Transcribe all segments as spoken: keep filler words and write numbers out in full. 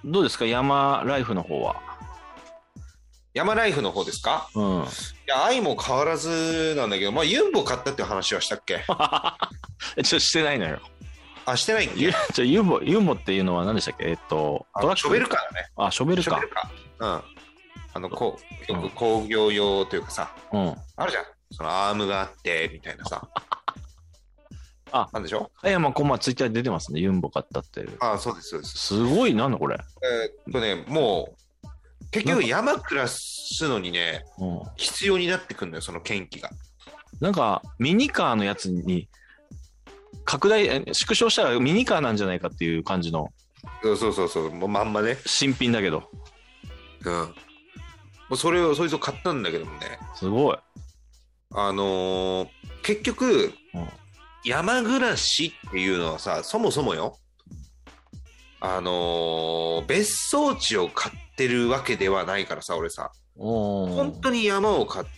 どうですか山ライフの方は。 山ライフの方ですか？ うん。 いや、愛も変わらずなんだけど、まあ、ユンボ買ったっていう話はしたっけ？ ちょっとしてないのよ。 あ、してないっゆけ？ ちょユンボ、ユンボっていうのは何でしたっけ？えっと、トラック。 あショベルカーだね。 あ、ショベルか。 ショベルカー。うん。あの、こう、ようんく工業用というかさ、 うん。 あるじゃん。そのアームがあって、みたいなさ。 あ、 なんでしょ？ いや、まあ、こう、まあ、ツイッターで出てますね。ユンボ買ったっていう。 あ、そうです、そうです。 すごい、なんだこれ。 えーっとね、もう、結局山暮らすのにね、 うん。 必要になってくるのよ、その剣気が。 なんか、ミニカーのやつに、拡大、え縮小したらミニカーなんじゃないかっていう感じのそうそうそうそう、もうまんまね。 新品だけど。 うん。もうそれを、そいつを買ったんだけどもね、 すごい。 あのー結局、 うん山暮らしっていうのはさ、そもそもよ、あのー別荘地を買ってるわけではないからさ、俺さ、 お本当に山を買って、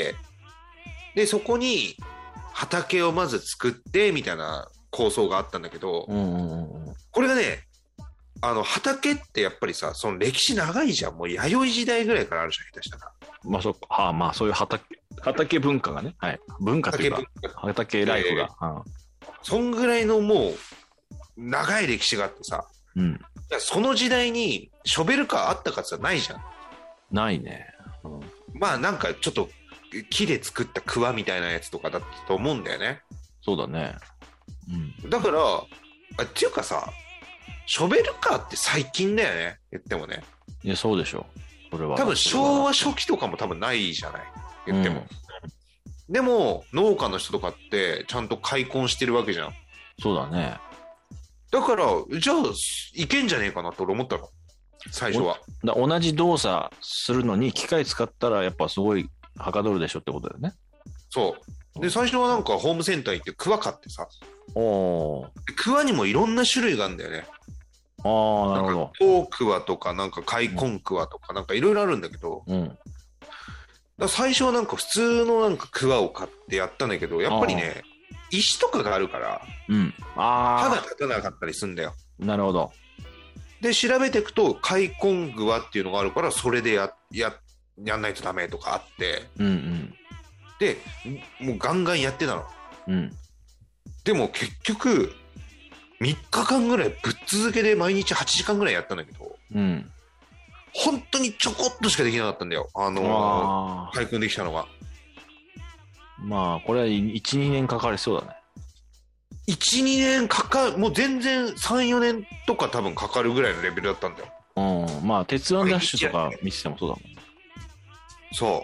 で、そこに畑をまず作って、みたいな構想があったんだけど、 うんうんうん。 これがね、あの、畑ってやっぱりさ、その歴史長いじゃん。もう弥生時代ぐらいからあるじゃん、下手したら。 まあ、そっか。ああ、まあ、そういう畑、畑文化がね。はい。文化というか、 畑文化畑ライフが。 そんぐらいのもう、長い歴史があってさ、 うん。うん。 いやその時代にショベルカーあったかってないじゃん。 ないね。うん。 まあなんかちょっと木で作ったクワみたいなやつとかだったと思うんだよね。 そうだね。うん。 だから、あっていうかさ、ショベルカーって最近だよね。言ってもね。 いや、そうでしょう。それは。 多分昭和初期とかも多分ないじゃない。言っても。うん、でも農家の人とかってちゃんと開墾してるわけじゃん。 そうだね。 だから、じゃあ、いけんじゃねえかなと俺思ったの。最初は。 だ同じ動作するのに機械使ったらやっぱすごいはかどるでしょってことだよね。 そう。で、最初はなんかホームセンター行ってクワ買ってさ。 おー。 クワにもいろんな種類があるんだよね。 ああ、なるほど。 トークワとか、なんか開墾クワとか、なんかいろいろあるんだけど、 うん。 だから最初はなんか普通のなんかクワを買ってやったんだけど、やっぱりね、石とかがあるから、 うん。あ歯が立たなかったりするんだよ。 なるほど。 で、調べていくと、開墾グワっていうのがあるから、それでや、や、やんないとダメとかあって、 うんうん。 で、もうガンガンやってたの。 うん。 でも結局、みっかかんぐらいぶっ続けで毎日はちじかんぐらいやったんだけど、 うん。 本当にちょこっとしかできなかったんだよ。あのー、開墾できたのが。 まあ、これはいち、にねんかかりそうだね。 いち、にねんかかる、もう全然さん、よねんとか多分かかるぐらいのレベルだったんだよ。 うん。まあ、鉄腕ダッシュとか見ててもそうだもんね。 そう。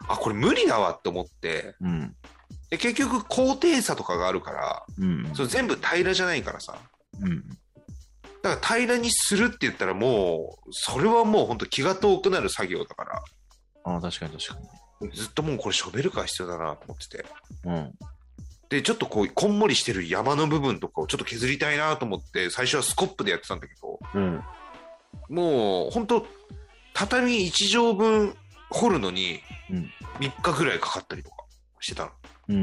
あ、これ無理だわって思って、 うん。 で結局高低差とかがあるから、 うん。 それ全部平らじゃないからさ。 うん。 だから平らにするって言ったらもう、それはもう本当気が遠くなる作業だから。 ああ、確かに確かに。ずっともうこれショベルカー必要だなと思ってて。 うん。 で、ちょっとこう、こんもりしてる山の部分とかをちょっと削りたいなと思って、最初はスコップでやってたんだけど、 うん。 もう本当畳いち畳分掘るのに、みっかぐらいかかったりとかしてたの。 うん。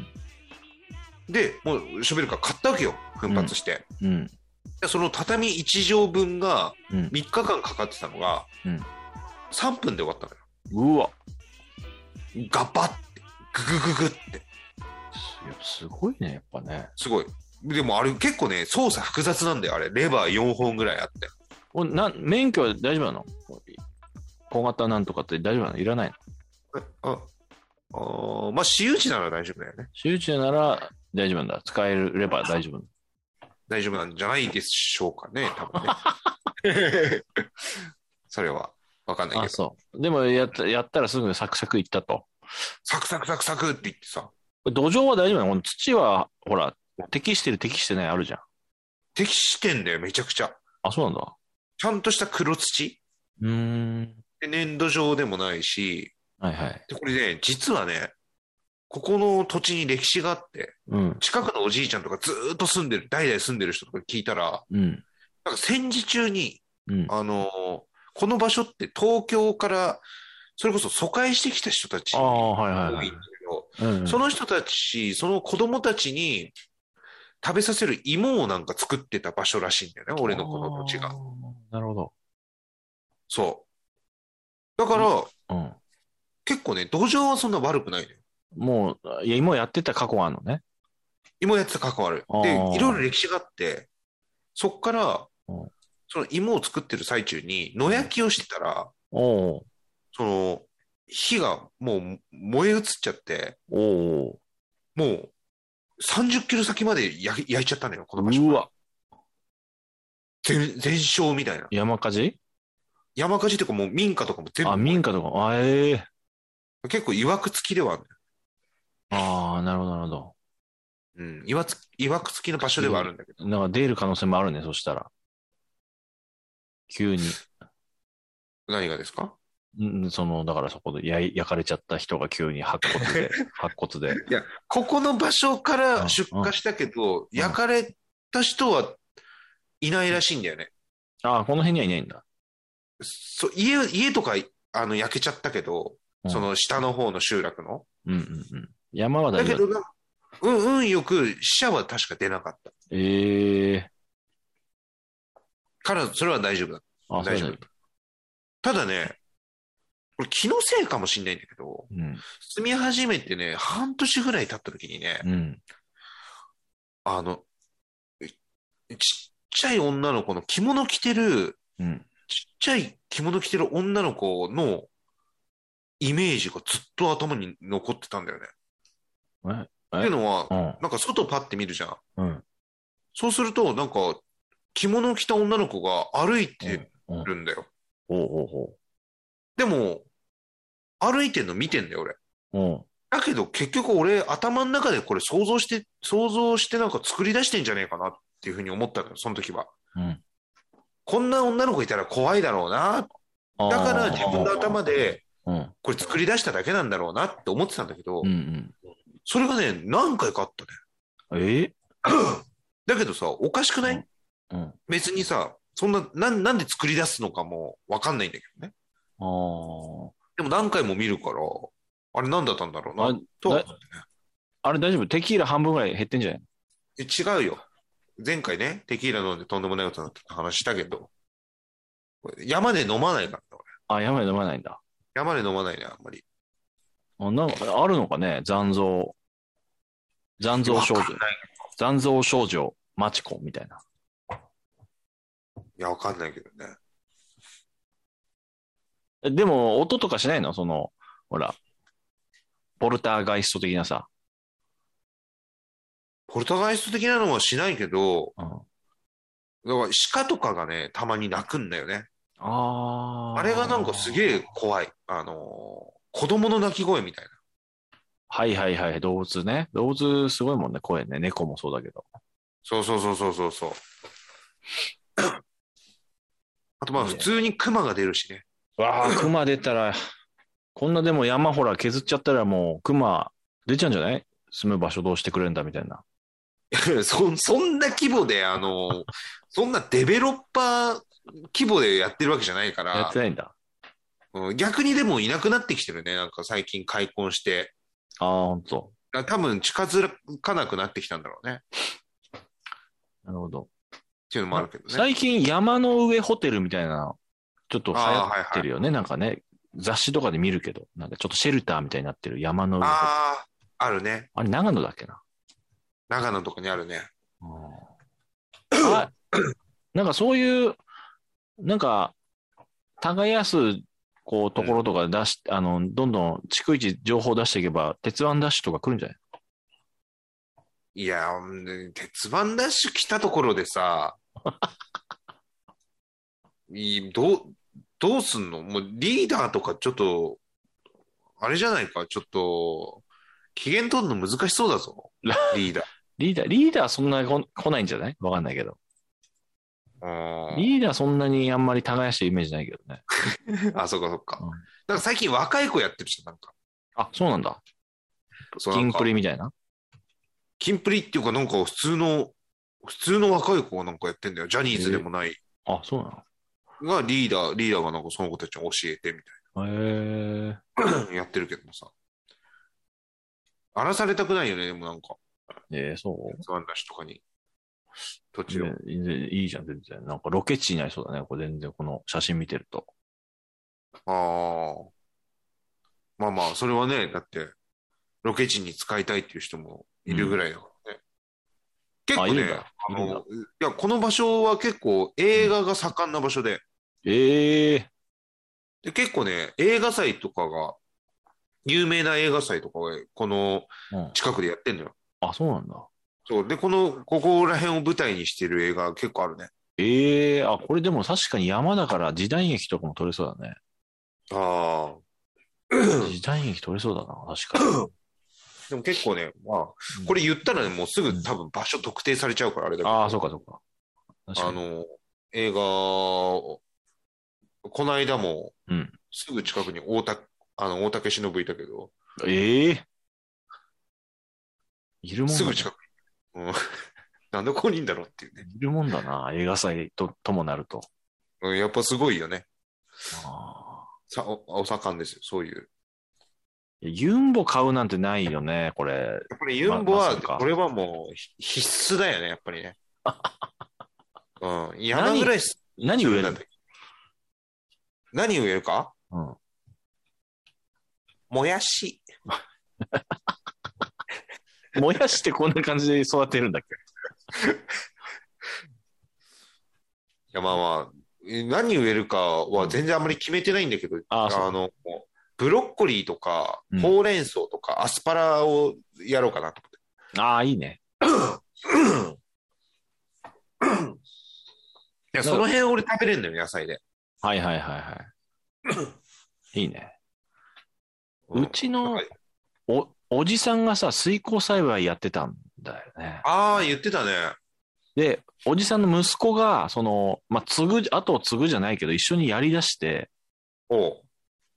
で、もうショベルカー買ったわけよ。奮発して。 うん。うん、 でその畳いち畳分がみっかかんかかってたのが、さんぷんで終わったのよ。 うわ。 ガバッて、ググググって。 すごいね、やっぱね。 すごい。でもあれ結構ね、操作複雑なんだよ、あれ。レバーよんほんぐらいあって。 おな免許は大丈夫なの？小型なんとかって大丈夫なの？いらないの？ あ、あまあ、私有地なら大丈夫だよね。 私有地なら大丈夫なんだ。使えれば大丈夫。 大丈夫なんじゃないでしょうかね、多分ね。それは、わかんないけど。 あ、そう。でもやった、やったらすぐサクサクいったと。 サクサクサクサクって言ってさ。 土壌は大丈夫なの？土は、ほら、適してる適してないあるじゃん。 適してんだよ、めちゃくちゃ。 あ、そうなんだ。 ちゃんとした黒土。 うーん。 で粘土状でもないし。 はいはい。 で、これね、実はね、ここの土地に歴史があって、 うん、 近くのおじいちゃんとかずーっと住んでる、代々住んでる人とか聞いたら、 うん、 なんか戦時中に、 うん、 あのー、この場所って東京から、それこそ疎開してきた人たちが多いんだけど、その人たち、その子供たちに食べさせる芋をなんか作ってた場所らしいんだよね、俺のこの土地が。 なるほど。 そう。だから、 うん。 結構ね、土壌はそんな悪くないのよ。 もう、いや、芋やってた過去があるのね。 芋やってた関わる。 あで、いろいろあ。 歴史があって、そっから、 うん、 その芋を作ってる最中に野焼きをしてたら、 おお。 その、火がもう燃え移っちゃって、 おお。 もうさんじゅっキロ先まで焼き焼いちゃったのよ、この場所から。 うわ。 全、全焼みたいな。 山火事。 山火事とかもう民家とかも全あ、 部燃えて、 民家とか。あ、ええ結構曰く付きではあるのよ。 ああ、なるほど、なるほど。 うん、曰つ、曰く付きの場所ではあるんだけど。 なんか出る可能性もあるね、そしたら。急に。 何がですか？ うん、その、だからそこで焼い焼かれちゃった人が急に白骨で、白骨で。 いや、ここの場所から出うん、うん、 火したけど、 うん。 焼かれた人はいないらしいんだよね。 ああ、この辺にはいないんだ。 そう、家、家とか、あの、焼けちゃったけど、 うん、 その下の方の集落の。 うん、うん、うん。山は大丈夫。 だけどな、うん、運よく死者は確か出なかった。 ええから、それは大丈夫だ。 ー。あ、それ大丈夫。 は大丈夫。 ただね、これ気のせいかもしんないんだけど、 うん、 住み始めてね、半年ぐらい経った時にね、 うん、 あの、ちっちゃい女の子の着物着てる、 うん。 ちっちゃい着物着てる女の子のイメージがずっと頭に残ってたんだよね。 え、 っていうえ、 のは、 うん、 なんか外パッて見るじゃん。 うん、 そうすると、なんか、着物着た女の子が歩いうん、 てうん。 るんだよ。 おうおでも、歩いてんの見てんだよ、俺。 うおう。 だけど結局俺頭の中でこれ想像して、想像してなんか作り出してんじゃねえかなっていうふうに思ったのよ、その時は。 うん。うん。 こんな女の子いたら怖いだろうな。だから自分のあ頭であ、うん、 これ作り出しただけなんだろうなって思ってたんだけど、 うん、 それがね、何回かあったね。 うん。えだけどさ、おかしくなうん、 い？ うん。 別にさ、そんな、なん、なんで作り出すのかもわかんないんだけどね。 あでも何回も見るから、あれ何だったんだろうあ。あな、 れ、だ、 とは思ってね。 あれ大丈夫？テキーラ半分ぐらい減ってんじゃない？ え違うよ。前回ね、テキーラ飲んでとんでもないことになったって話したけど、山で飲まないからね、俺。 あ、やばい飲まないんだ。 山で飲まないね、あんまり。 あ、なんか、あるのかね残像、残像少女、 わかんない。 残像少女、マチコみたいな。 いや、わかんないけどね。 えでも、音とかしないの？その、ほら、ポルターガイスト的なさ。 ポルターガイスト的なのはしないけど、 うん。 だから鹿とかがね、たまに鳴くんだよね。あれがなんかすげえああ。 怖い。あのー子供の鳴き声みたいな。 はいはいはい、動物ね。動物すごいもんね、声ね。猫もそうだけど。 そうそうそうそうそうそう。あとまあいや。 普通にクマが出るしね。 わあ、熊出たら、こんなでも山ほら削っちゃったらもう熊出ちゃうんじゃない？住む場所どうしてくれるんだみたいな。 そ、そんな規模で、あのーそんなデベロッパー規模でやってるわけじゃないかやってら、 ないんだ。 うん逆にでもいなくなってきてるね。なんか最近開墾して。 ああ、ほんと。 多分近づかなくなってきたんだろうね。 なるほど。 っていうのもあなるけどね。 最近山の上ホテルみたいな、ちょっと流行ああ、はいはい。 ってるよね。なんかね、雑誌とかで見るけど、なんかちょっとシェルターみたいになってる山の上ホテル。 ああ、あるね。 あれ長野だっけな。 長野とかにあるね。 あ、なんかそういう、なんか、耕す、こう、ところとか出し、あの、どんどん逐一情報出していけば、鉄腕ダッシュとか来るんじゃない？ いや、うん鉄腕ダッシュ来たところでさ、いいどう、どうすんの？もうリーダーとかちょっと、あれじゃないか、ちょっと、機嫌取るの難しそうだぞ。リーダリーダー、リーダーそんなに来来ないんじゃない？わかんないけど。 ー。 リーダーそんなにあんまり耕してるイメージないけどね。 うん。あ、そっかそっか。 うん、 なんか最近若い子やってるし、なんか。 あ、そうなんだ。キンプそうなんか、 リみたいな。 キンプリっていうかなんか普通の、普通の若い子がなんかやってんだよ。ジャニーズでもない。 あ、そうながリーダー、リーダーがなんかその子たちに教えてみの。へえ。 たいな。やってるけどもさ。荒らされたくないよね、でもなんか。 えー、そう。 つまんだしとかに。 土地を。 ね全然いいじゃん、全然。なんかロケ地になりそうだね。これ全然この写真見てると。 ああ。まあまあ、それはね、だって、ロケ地に使いたいっていう人もいるぐらいだからね。結あ、い構ね、 るんだ。いるんだ。 あの、いや、この場所は結構映画が盛んな場所で、 ええで、結構ね、映画祭とかが、有名な映画祭とかが、このー。うん。 近くでやってんのよ。 あ、そうなんだ。 そう。で、この、ここら辺を舞台にしてる映画結構あるね。 ええあ、これでも確かに山だから時代劇とかも撮れそうだね。 ああ。 時代劇撮れそうだな、確かでも結構ね、まあ、 に。 これ言ったらね、もうすぐ多分場所特定されちゃうからあれだけど、 ああ、そうかそうか。確かに。 あの、映画、この間もうん。 すぐ近くに大竹、あの、大竹しのぶいたけど、 ええいるもんだね。 すぐ近くに、うん、なんでここにいんだろうっていうね。 いるもんだな、映画祭と、ともなると。 うん、やっぱすごいよね。 ああ。 さ、お、お盛んですよ、そういう。 いやユンボ買うなんてないよね、これ。 やっぱりユンボは、 ままさかこれはもうひ必須だよね、やっぱりね。うん。山何ぐらいす何植えるするんだって。何植えるかのもやし。 うん。もやしってこんな感じで育てるんだっけ？ いや、まあまあ、え何植えるかは全然あんまり決めてないんだけど、 ああ、そうあの、ブロッコリーとか、 うんほうれん草とか、アスパラをやろうかなとああ、いいね。 思って。いや、そなんかの辺俺食べれるんだよ、野菜で。 はいはいはいはい。いいね。 うん。 うちなんかのお、おじさんがさ、水耕栽培やってたんだよね。 ああ、言ってたね。 で、おじさんの息子が、その、まあ、継ぐ、後を継ぐじゃないけど、一緒にやり出して、 おう。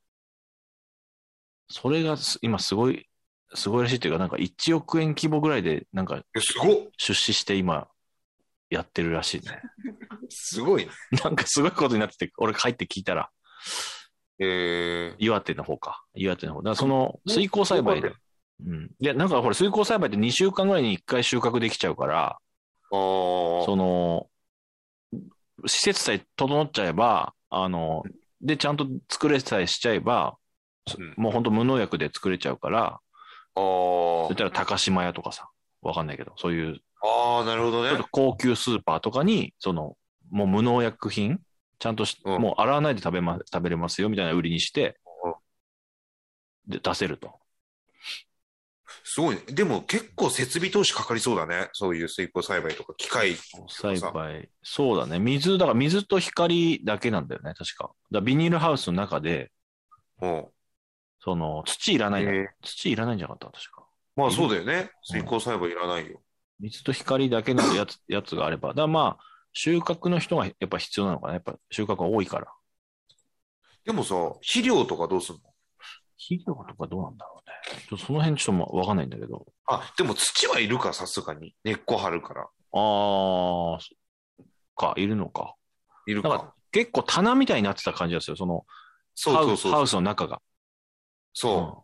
それがす今すごい、すごいらしいっていうか、なんかいちおく円規模ぐらいで、なんかえすごっ。 出資して今、やってるらしいね。 すごいね。 なんかすごいことになってて、俺帰って聞いたら、 え岩手の方か。岩手の方。だからその、水耕栽培で。 あうん。いや、なんかこれ水耕栽培ってにしゅうかんぐらいにいっかい収穫できちゃうから、 あその、施設さえ整っちゃえば、あの、で、ちゃんと作れさえしちゃえば、 うんもう本当無農薬で作れちゃうから、 あそしたーら高島屋とかさ、わかんないけど、そういう、 あー、なるほどちょっとね。 高級スーパーとかに、その、もう無農薬品、ちゃんとし、 うんもう洗わないで食べま、食べれますよ、みたいな売りにして、で、出せると。 すごいね。でも結構設備投資かかりそうだね。そういう水耕栽培とか機械とかさ。 栽培。そうだね。水、だから水と光だけなんだよね、確か。だからビニールハウスの中で、 うんその、土いらないんだ。 えー土いらないんじゃなかった、確か。 まあいるそうだよね。 うん水耕栽培いらないよ。 水と光だけのやつ、やつがあれば。だからまあ、収穫の人がやっぱ必要なのかな。やっぱ収穫が多いから。 でもさ、肥料とかどうすんの？ 肥料とかどうなんだろうね。ちょっとその辺ちょっともわかんないんだけど。 あ、でも土はいるか、さすがに。根っこ張るから。 あー、そっか、いるのか。 いるなんかか。 結構棚みたいになってた感じですよ。その、 そうそうそう。 ハウスハウスの中が。 そう。 うん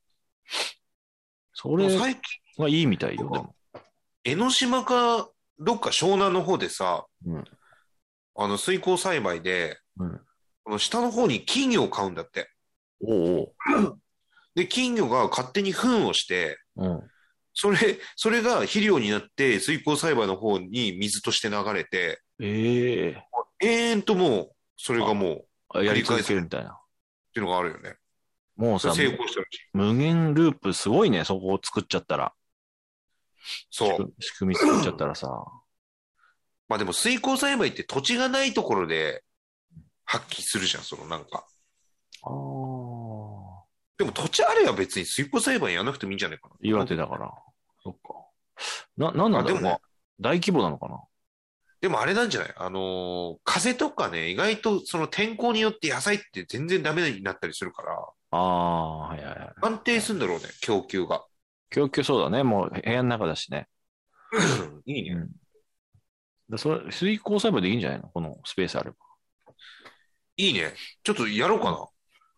そでもれ最近、 がいいみたいよ、でも。 江ノ島か、どっか湘南の方でさ、 うん。 あの、水耕栽培で、 うん。 この下の方に金魚を飼うんだって。 おうおう。 で、金魚が勝手に糞をして、 うん。 それ、それが肥料になって水耕栽培の方に水として流れて、 ええ永遠ともう、それがもう、っあやり続けるみたいな。 ていうのがあるよね。 もうさ、 それ成功したらしい。 無限ループすごいね、そこを作っちゃったら。 そう。 仕組み作っちゃったらさ。 まあでも水耕栽培って土地がないところで発揮するじゃん、そのなんか。 ああ。 でも土地あれば別に水耕栽培やらなくてもいいんじゃないかな。 岩手だから。そっか。な、なんなんだろうね。 あでも大規模なのかな。 でもあれなんじゃないあのー風とかね、意外とその天候によって野菜って全然ダメになったりするから、 ああ、はいはいはい。 安定するんだろうね、供給が。 供給そうだね。もう部屋の中だしね。 いいね。 うん。だそれ、水耕栽培でいいんじゃないのこのスペースあれば。 いいね。ちょっとやろうかな。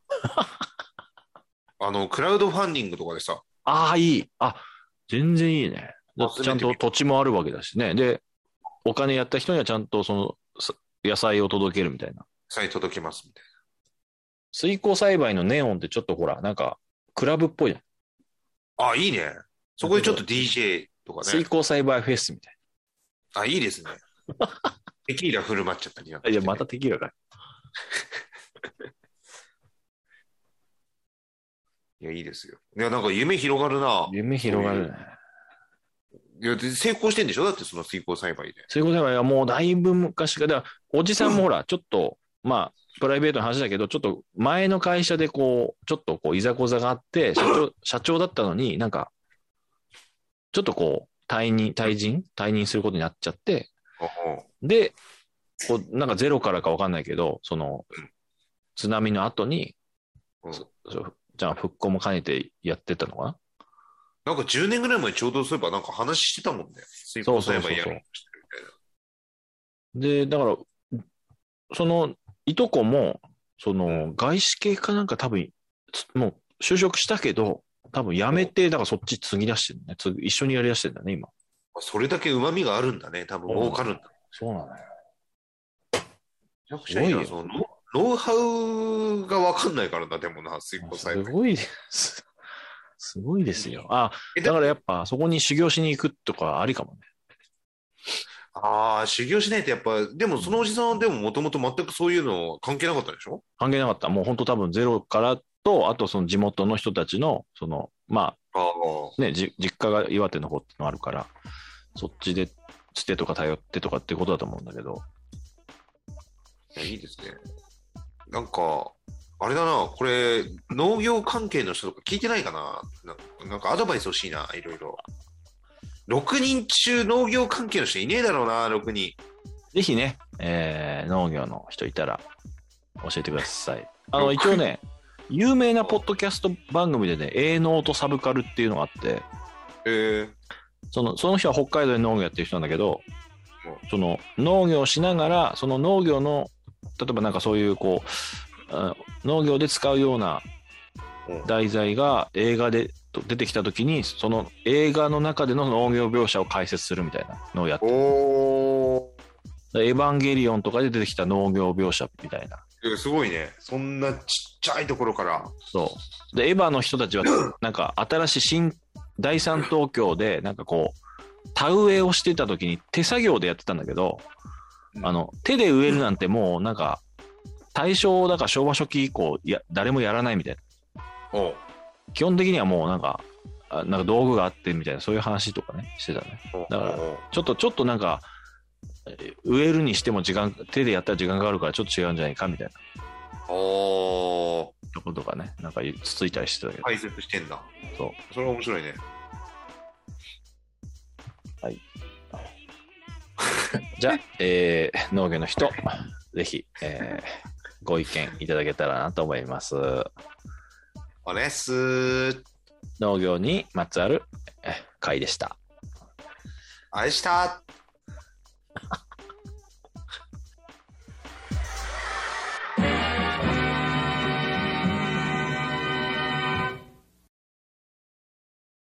あの、クラウドファンディングとかでさ、 ああ、いい。あ、全然いいね。だってちゃんと土地もあるわけだしね。で、 お金やった人にはちゃんとその野菜を届けるみたいな。 野菜届きますみたい水耕栽培のネオンってちょっとほら、なんか、クラブっぽいじゃん。 な。あ、いいね。そこでちょっと ディージェー とかね。 水耕栽培フェスみたいあ、いいですね。テキーラ振る舞っちゃったりなんかな。いや、 してねまたテキーラかい。 いや、いいですよ。いや、なんか夢広がるな。 夢広がるね。 いや、で成功してんでしょだってその水耕栽培で。 水耕栽培はもうだいぶ昔から、だからおじさんもほら、ちょっと、まあ、プライベートの話だけど、ちょっと前の会社でこう、ちょっとこう、いざこざがあって、社長、社長だったのになんか、ちょっとこう、退任、退陣退任することになっちゃって、で、こうなんかゼロからかわかんないけど、その、津波の後に、 うん、 そじゃあ復興も兼ねてやってたのかな。 なんかじゅうねんぐらい前にちょうどそういえばなんか話してたもんね。水耕栽培やるで、だから、その、いとこも、その、外資系かなんか多分、もう就職したけど、多分辞めて、だからそっち継ぎ出してるね。一緒にやり出してるんだね、今。 それだけ旨味があるんだね。多分儲かるんだ。 そうなのよ。 めちゃくちゃいいな。そのノウハウがわかんないからな、でもな、水耕栽培。 すごいです。すごいですよ。あ、だからやっぱそこに修行しに行くとかありかもね。 ああ、修行しないとやっぱ、でもそのおじさんはでももともと全くそういうの関係なかったでしょ？ 関係なかった。もう本当多分ゼロからと、あとその地元の人たちの、その、まあ、 あね、じ実家が岩手の方ってのあるから、そっちでつてとか頼ってとかってことだと思うんだけど。 いや、いいですね。なんか、あれだな、これ、農業関係の人とか聞いてないかな？な、なんかアドバイス欲しいな、いろいろ。ろくにん中農業関係の人いねえだろうな、ろくにん。 ぜひね、えー、農業の人いたら教えてください。あの、一応ね、有名なポッドキャスト番組でね、営農とサブカルっていうのがあって、 えー、 その、その人は北海道で農業やってる人なんだけど、その農業をしながら、その農業の、例えばなんかそういうこう、農業で使うような題材が映画で出てきたときに、その映画の中での農業描写を解説するみたいなのをやってる。 おー。エヴァンゲリオンとかで出てきた農業描写みたいな。 いやすごいね。そんなちっちゃいところから。 そう。で、エヴァの人たちは、なんか新しい新、第三東京で、なんかこう、田植えをしてたときに手作業でやってたんだけど、あの、手で植えるなんてもうなんか、大正だから昭和初期以降、いや、誰もやらないみたいな。 お基本的にはもうなんか、あなんか道具があってみたいな、そういう話とかね、してたね。だから、ちょっと、ちょっとなんか、植えるにしても時間、手でやったら時間がかかるからちょっと違うんじゃないかみたいな。 おー。 とことかね、なんかつついたりしてたけど。 解説してんだ。 そう。 それは面白いね。 はい。じゃあ、えー、農業の人、ぜひ、えー、ご意見いただけたらなと思います。 おねっすー。 農業にまつわる回でした。 あれしたー。